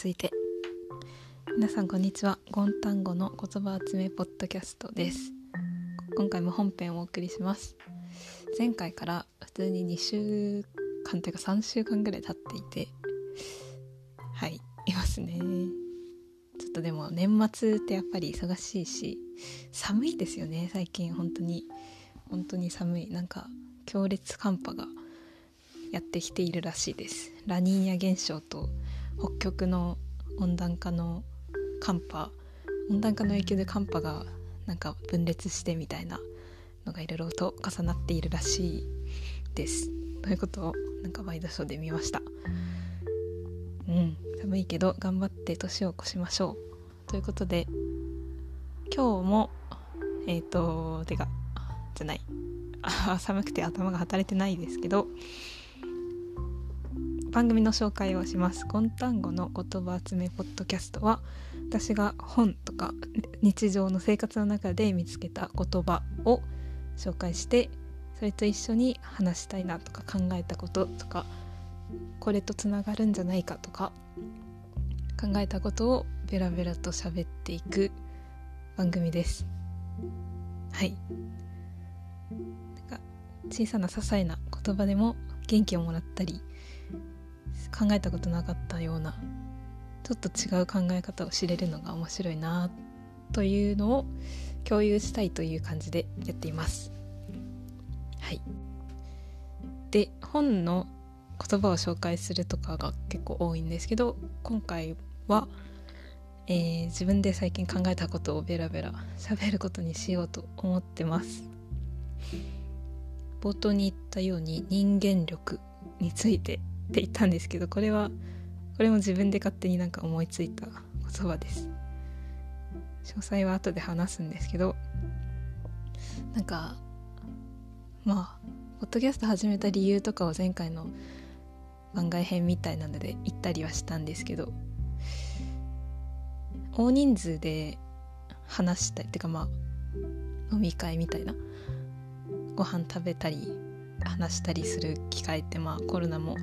ついて。皆さんこんにちは。ゴン単語の言葉集めポッドキャストです。今回も本編をお送りします。前回から普通に2週間というか3週間ぐらい経っていて、いますね。ちょっとでも年末ってやっぱり忙しいし寒いですよね。最近本当に寒い。なんか強烈寒波がやってきているらしいです。ラニーニャ現象と北極の温暖化の影響で寒波がなんか分裂してみたいなのがいろいろと重なっているらしいです。ということをなんかワイドショーで見ました。寒いけど頑張って年を越しましょうということで、今日も寒くて頭が働いてないですけど、番組の紹介をします。ゴン単語の言葉集めポッドキャストは、私が本とか日常の生活の中で見つけた言葉を紹介して、それと一緒に話したいなとか考えたこととか、これとつながるんじゃないかとか考えたことをベラベラと喋っていく番組です。なんか小さな些細な言葉でも元気をもらったり、考えたことなかったようなちょっと違う考え方を知れるのが面白いなというのを共有したいという感じでやっています。で、本の言葉を紹介するとかが結構多いんですけど、今回は、自分で最近考えたことをベラベラ喋ることにしようと思ってます。冒頭に言ったように人間力についてって言ったんですけど、これも自分で勝手になんか思いついた言葉です。詳細は後で話すんですけど、なんかポッドキャスト始めた理由とかを前回の番外編みたいなので言ったりはしたんですけど、大人数で話したりってか飲み会みたいな、ご飯食べたり話したりする機会ってコロナも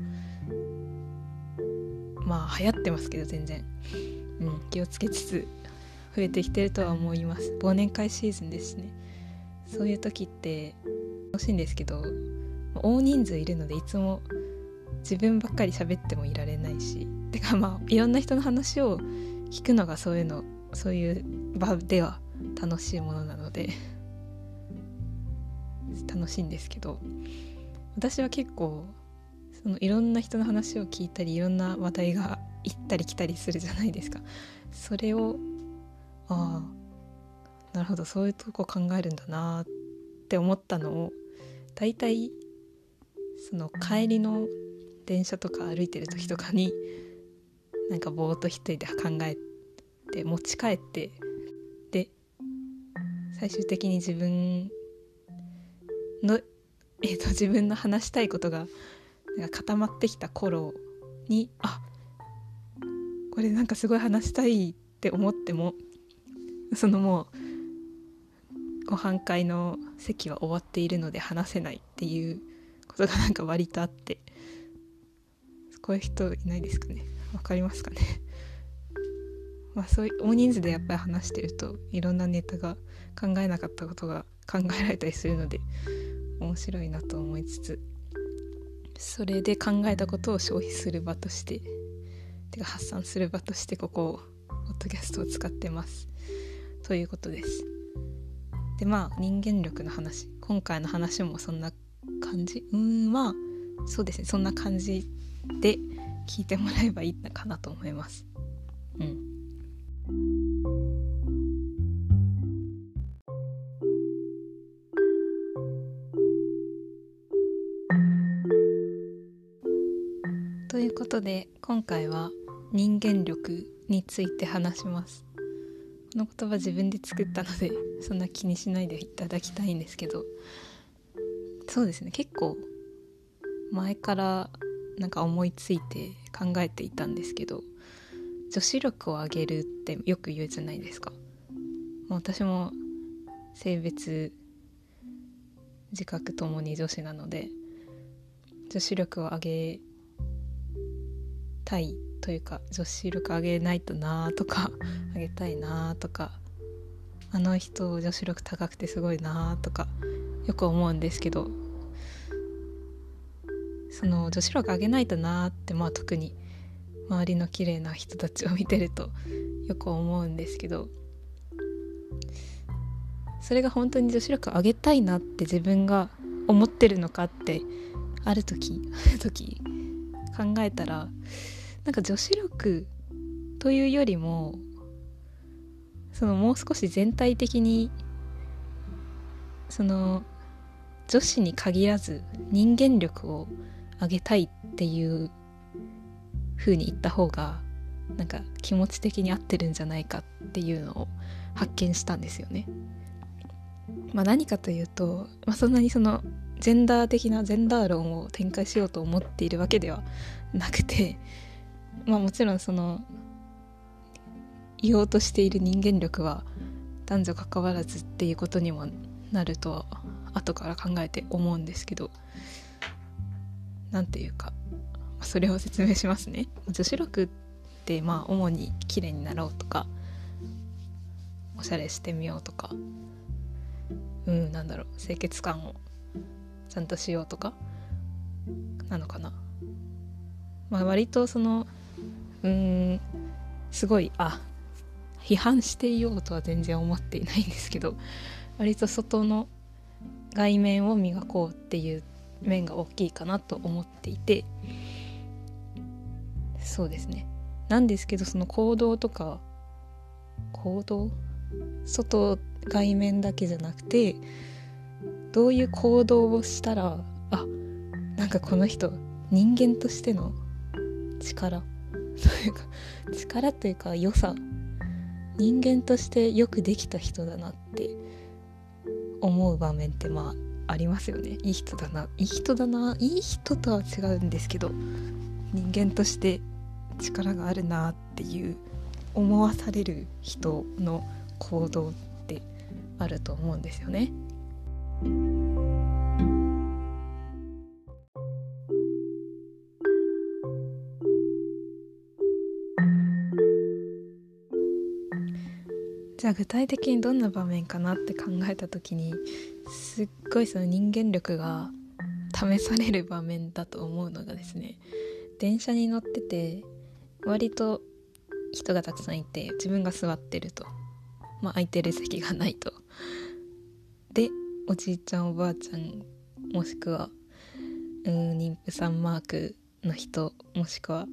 流行ってますけど、全然、気をつけつつ増えてきてるとは思います。忘年会シーズンですしね。そういう時って楽しいんですけど、大人数いるのでいつも自分ばっかり喋ってもいられないし、いろんな人の話を聞くのがそういう場では楽しいものなので楽しいんですけど、私は結構いろんな人の話を聞いたり、いろんな話題が行ったり来たりするじゃないですか。それをなるほど、そういうとこ考えるんだなって思ったのを、だいたい帰りの電車とか歩いてる時とかになんかぼーっと一人で考えて持ち帰って、で最終的に自分の話したいことがなんか固まってきた頃に、これなんかすごい話したいって思っても、もうご飯会の席は終わっているので話せないっていうことがなんか割とあって、こういう人いないですかね。わかりますかね。そういう大人数でやっぱり話してると、いろんなネタが考えなかったことが考えられたりするので面白いなと思いつつ、それで考えたことを消費する場として発散する場として、ここをポッドキャストを使ってますということです。で、人間力の話、今回の話もそんな感じ、そうですね、そんな感じで聞いてもらえばいいのかなと思います。ということで、今回は人間力について話します。この言葉自分で作ったのでそんな気にしないでいただきたいんですけど、そうですね、結構前からなんか思いついて考えていたんですけど、女子力を上げるってよく言うじゃないですか。私も性別自覚ともに女子なので、女子力を上げたいというか女子力上げないとなとか上げたいなとか、あの人女子力高くてすごいなとかよく思うんですけど、その女子力上げないとなって、特に周りの綺麗な人たちを見てるとよく思うんですけど、それが本当に女子力上げたいなって自分が思ってるのかってある時考えたら、なんか女子力というよりもそのもう少し全体的にその女子に限らず人間力を上げたいっていう風に言った方がなんか気持ち的に合ってるんじゃないかっていうのを発見したんですよね。何かというと、そんなにそのジェンダー的なジェンダー論を展開しようと思っているわけではなくて、もちろんその言おうとしている人間力は男女関わらずっていうことにもなるとは後から考えて思うんですけど、なんていうかそれを説明しますね。女子力って主に綺麗になろうとかおしゃれしてみようとか、清潔感をちゃんとしようとかなのかな。割とそのすごい批判していようとは全然思っていないんですけど、割と外の外面を磨こうっていう面が大きいかなと思っていて、そうですね。なんですけど、その行動外外面だけじゃなくて、どういう行動をしたらなんかこの人人間としての力というか良さ、人間としてよくできた人だなって思う場面ってありますよね。いい人とは違うんですけど、人間として力があるなっていう思わされる人の行動ってあると思うんですよね。じゃあ具体的にどんな場面かなって考えた時に、すっごいその人間力が試される場面だと思うのがですね、電車に乗ってて割と人がたくさんいて自分が座ってると、空いてる席がないと、でおじいちゃんおばあちゃんもしくは妊婦さんマークの人、もしくは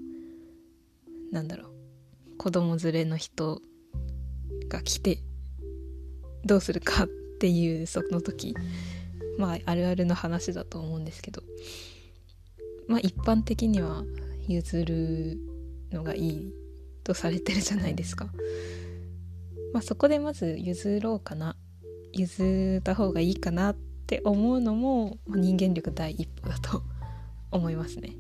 子供連れの人が来てどうするかっていうその時、あるあるの話だと思うんですけど、一般的には譲るのがいいとされてるじゃないですか。そこでまず譲った方がいいかなって思うのも人間力第一歩だと思いますね。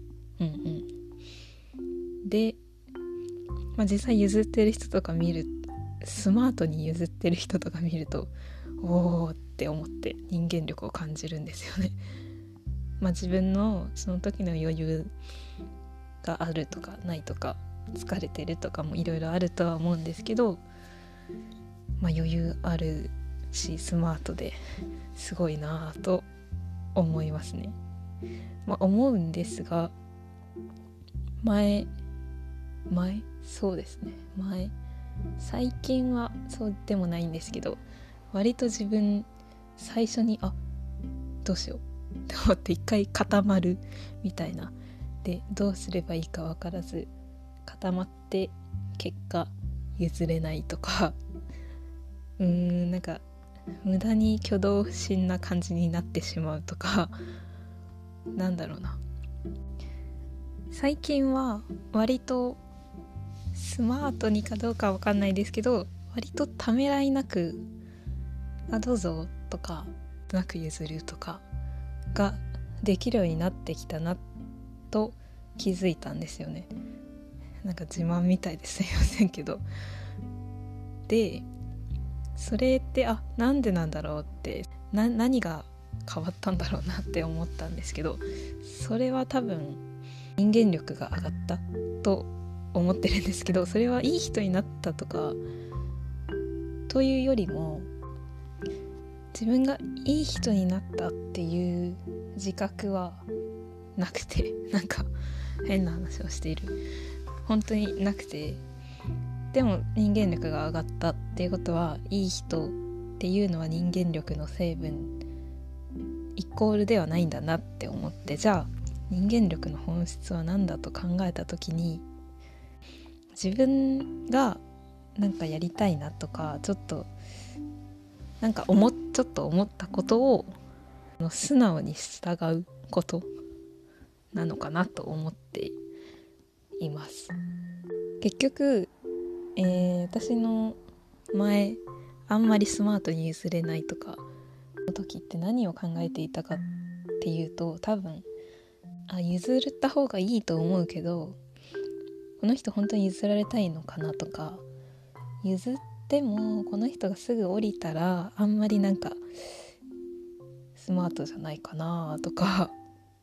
で、実際譲ってる人とか見る、スマートに譲ってる人とか見るとおーって思って人間力を感じるんですよね。自分のその時の余裕があるとかないとか、疲れてるとかもいろいろあるとは思うんですけど、余裕あるしスマートですごいなぁと思いますね。思うんですが、最近はそうでもないんですけど、割と自分最初にどうしようって思って一回固まるみたいな、でどうすればいいか分からず固まって結果譲れないとか、なんか無駄に挙動不審な感じになってしまうとか、最近は割とスマートにかどうかは分かんないですけど、割とためらいなくどうぞとかなく譲るとかができるようになってきたなと気づいたんですよね。自慢みたいですいませんけど、でそれってなんでなんだろうって、何が変わったんだろうなって思ったんですけど、それは多分人間力が上がったと思ってるんですけど、それはいい人になったとかというよりも、自分がいい人になったっていう自覚はなくて、なんか変な話をしている、本当になくて、でも人間力が上がったっていうことは、いい人っていうのは人間力の成分イコールではないんだなって思って、じゃあ人間力の本質は何だと考えた時に、自分がなんかやりたいなとか、ちょっとなんかちょっと思ったことを素直に従うことなのかなと思っています。結局、私の前あんまりスマートに譲れないとかの時って何を考えていたかっていうと、多分譲った方がいいと思うけど、この人本当に譲られたいのかなとか、譲ってもこの人がすぐ降りたらあんまりなんかスマートじゃないかなとか、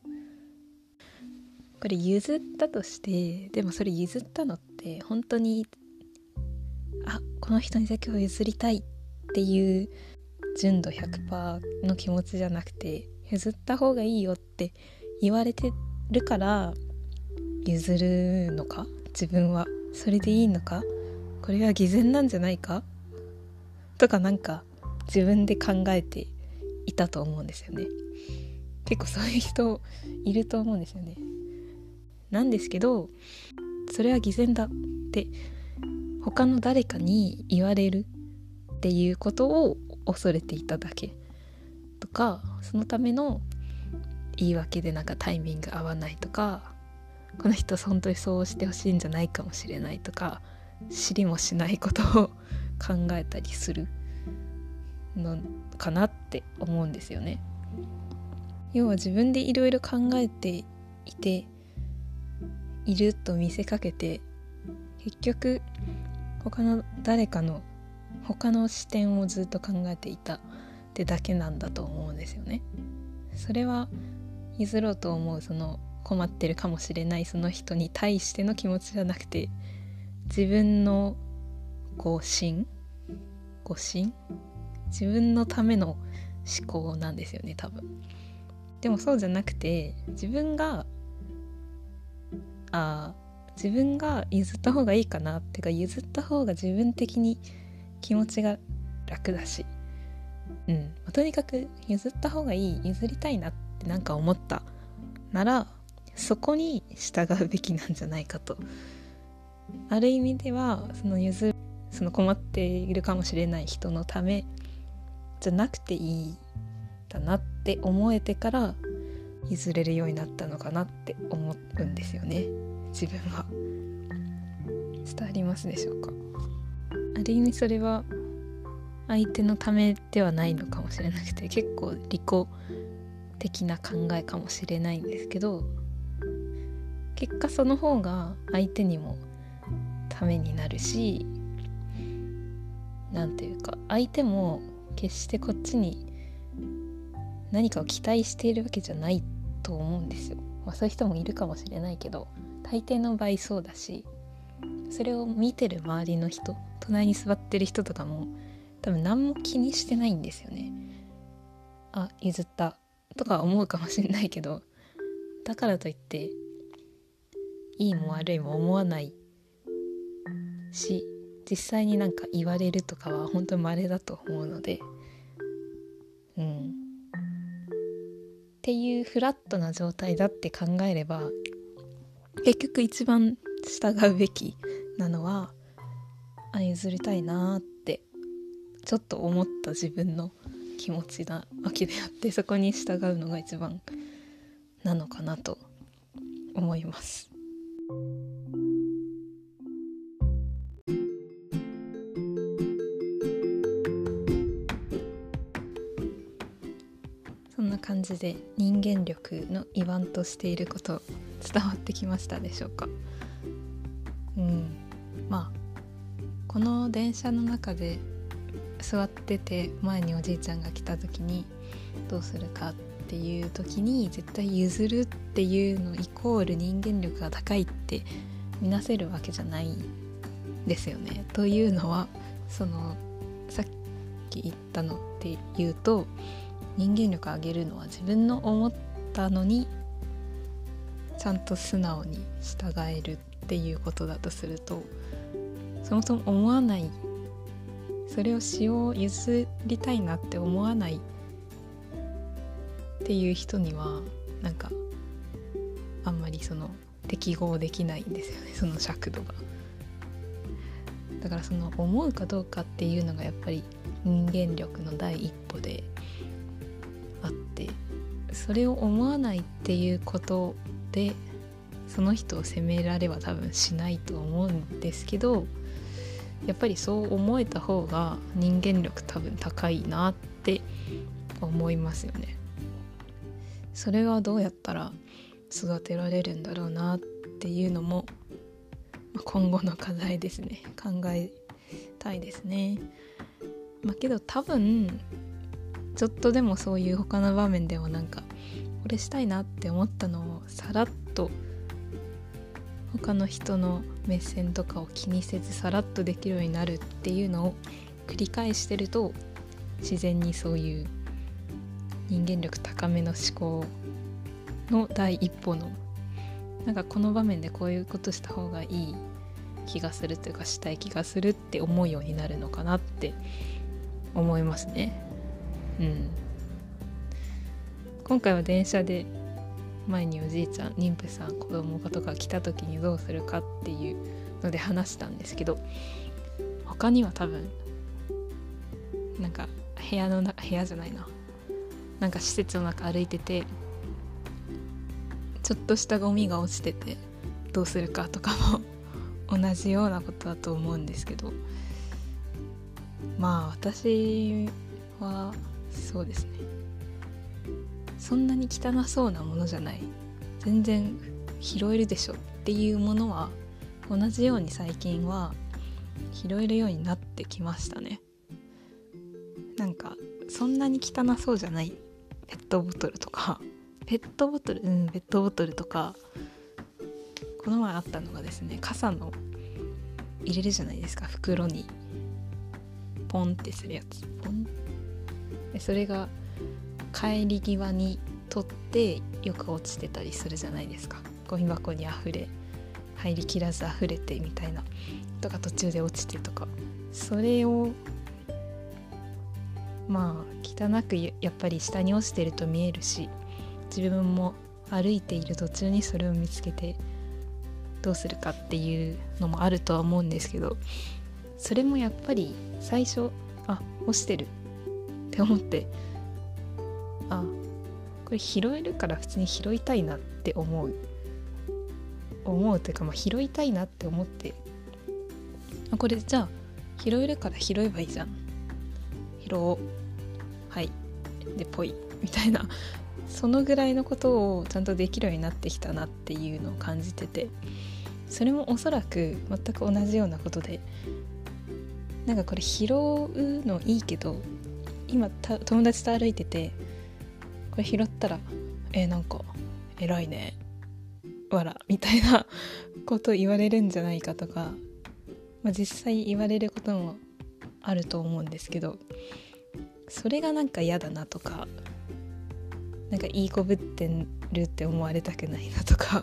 これ譲ったとして、でもそれ譲ったのって本当にこの人にだけは譲りたいっていう純度 100% の気持ちじゃなくて、譲った方がいいよって言われてるから譲るのか、自分はそれでいいのか、これは偽善なんじゃないかとか、なんか自分で考えていたと思うんですよね。結構そういう人いると思うんですよね。なんですけど、それは偽善だって他の誰かに言われるっていうことを恐れていただけとか、そのための言い訳でなんかタイミング合わないとか、この人本当にそうしてほしいんじゃないかもしれないとか、知りもしないことを考えたりするのかなって思うんですよね。要は自分でいろいろ考えていていると見せかけて、結局他の誰かの他の視点をずっと考えていたってだけなんだと思うんですよね。それは譲ろうと思うその困ってるかもしれないその人に対しての気持ちじゃなくて、自分の誤信自分のための思考なんですよね、多分。でもそうじゃなくて、自分が譲った方がいいかなってか、譲った方が自分的に気持ちが楽だし、とにかく譲った方がいい、譲りたいなってなんか思ったなら、そこに従うべきなんじゃないかと。ある意味ではその困っているかもしれない人のためじゃなくていいだなって思えてから譲れるようになったのかなって思うんですよね、自分は。伝わりますでしょうか。ある意味それは相手のためではないのかもしれなくて、結構利己的な考えかもしれないんですけど、結果その方が相手にもためになるし、なんていうか、相手も決してこっちに何かを期待しているわけじゃないと思うんですよ。そういう人もいるかもしれないけど、大抵の場合そうだし、それを見てる周りの人、隣に座ってる人とかも多分何も気にしてないんですよね。譲ったとか思うかもしれないけど、だからといっていいも悪いも思わないし、実際になんか言われるとかは本当に稀だと思うので、っていうフラットな状態だって考えれば、結局一番従うべきなのは譲りたいなってちょっと思った自分の気持ちなわけであって、そこに従うのが一番なのかなと思います。そんな感じで人間力の言わんとしていること伝わってきましたでしょうか。この電車の中で座ってて前におじいちゃんが来た時にどうするかっていう時に、絶対譲るっていうのイコール人間力が高いって見なせるわけじゃないですよね。というのはそのさっき言ったのっていうと、人間力上げるのは自分の思ったのにちゃんと素直に従えるっていうことだとすると、そもそも思わない、それを詩を譲りたいなって思わないっていう人にはなんかあんまりその適合できないんですよね、その尺度が。だからその思うかどうかっていうのがやっぱり人間力の第一歩であって、それを思わないっていうことでその人を責められは多分しないと思うんですけど、やっぱりそう思えた方が人間力多分高いなって思いますよね。それはどうやったら育てられるんだろうなっていうのも今後の課題ですね。考えたいですね。けど多分ちょっとでもそういう他の場面でもなんかこれしたいなって思ったのをさらっと他の人の目線とかを気にせずさらっとできるようになるっていうのを繰り返してると、自然にそういう人間力高めの思考の第一歩のなんかこの場面でこういうことした方がいい気がするというかしたい気がするって思うようになるのかなって思いますね。今回は電車で前におじいちゃん、妊婦さん、子供とか来た時にどうするかっていうので話したんですけど、他には多分なんか部屋じゃないな、なんか施設の中歩いててちょっとしたゴミが落ちててどうするかとかも同じようなことだと思うんですけど、私はそうですね、そんなに汚そうなものじゃない、全然拾えるでしょっていうものは同じように最近は拾えるようになってきましたね。なんかそんなに汚そうじゃないペットボトルとかペットボトルとか、この前あったのがですね、傘の入れるじゃないですか、袋にポンってするやつ、ポンでそれが帰り際に取ってよく落ちてたりするじゃないですか。ゴミ箱に入りきらず溢れてみたいなとか、途中で落ちてとか、それを汚くやっぱり下に落ちてると見えるし、自分も歩いている途中にそれを見つけてどうするかっていうのもあるとは思うんですけど、それもやっぱり最初落ちてるって思って、これ拾えるから普通に拾いたいなって思うというか、拾いたいなって思って、これじゃあ拾えるから拾えばいいじゃん、拾おう、はいでポイみたいな、そのぐらいのことをちゃんとできるようになってきたなっていうのを感じてて、それもおそらく全く同じようなことで、なんかこれ拾うのいいけど、今友達と歩いててこれ拾ったらなんか偉いねわらみたいなことを言われるんじゃないかとか、実際言われることもあると思うんですけど、それがなんか嫌だなとか、なんかいい子ぶってるって思われたくないなとか、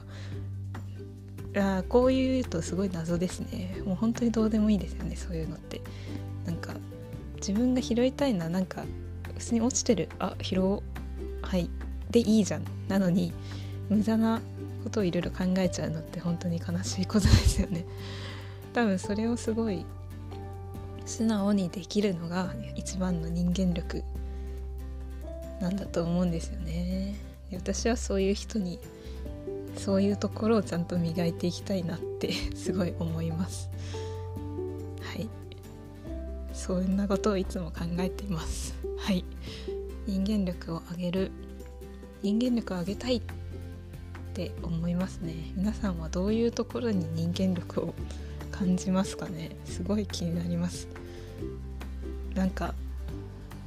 こういうとすごい謎ですね。もう本当にどうでもいいですよね、そういうのって。なんか自分が拾いたいな、なんか普通に落ちてる、拾おう、はいでいいじゃん、なのに無駄なことをいろいろ考えちゃうのって本当に悲しいことですよね。多分それをすごい素直にできるのが一番の人間力なんだと思うんですよね。で、私はそういう人にそういうところをちゃんと磨いていきたいなってすごい思います。はい、そんなことをいつも考えています。はい、人間力を上げたいって思いますね。皆さんはどういうところに人間力を感じますかね。すごい気になります。なんか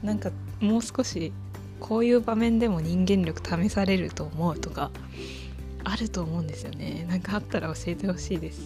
もう少しこういう場面でも人間力試されると思うとか、 あると思うんですよね。なんかあったら教えてほしいです。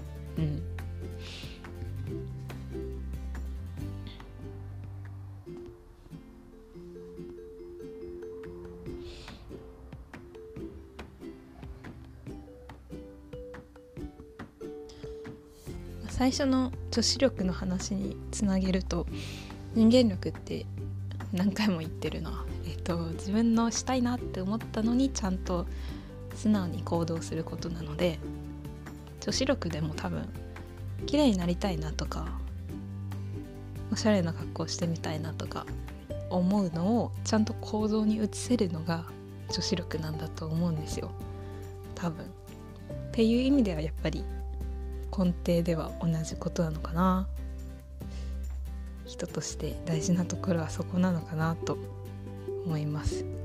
最初の女子力の話につなげると、人間力って何回も言ってるな、自分のしたいなって思ったのにちゃんと素直に行動することなので、女子力でも多分綺麗になりたいなとかおしゃれな格好してみたいなとか思うのをちゃんと行動に移せるのが女子力なんだと思うんですよ、多分。っていう意味ではやっぱり根底では同じことなのかな。人として大事なところはそこなのかなと思います。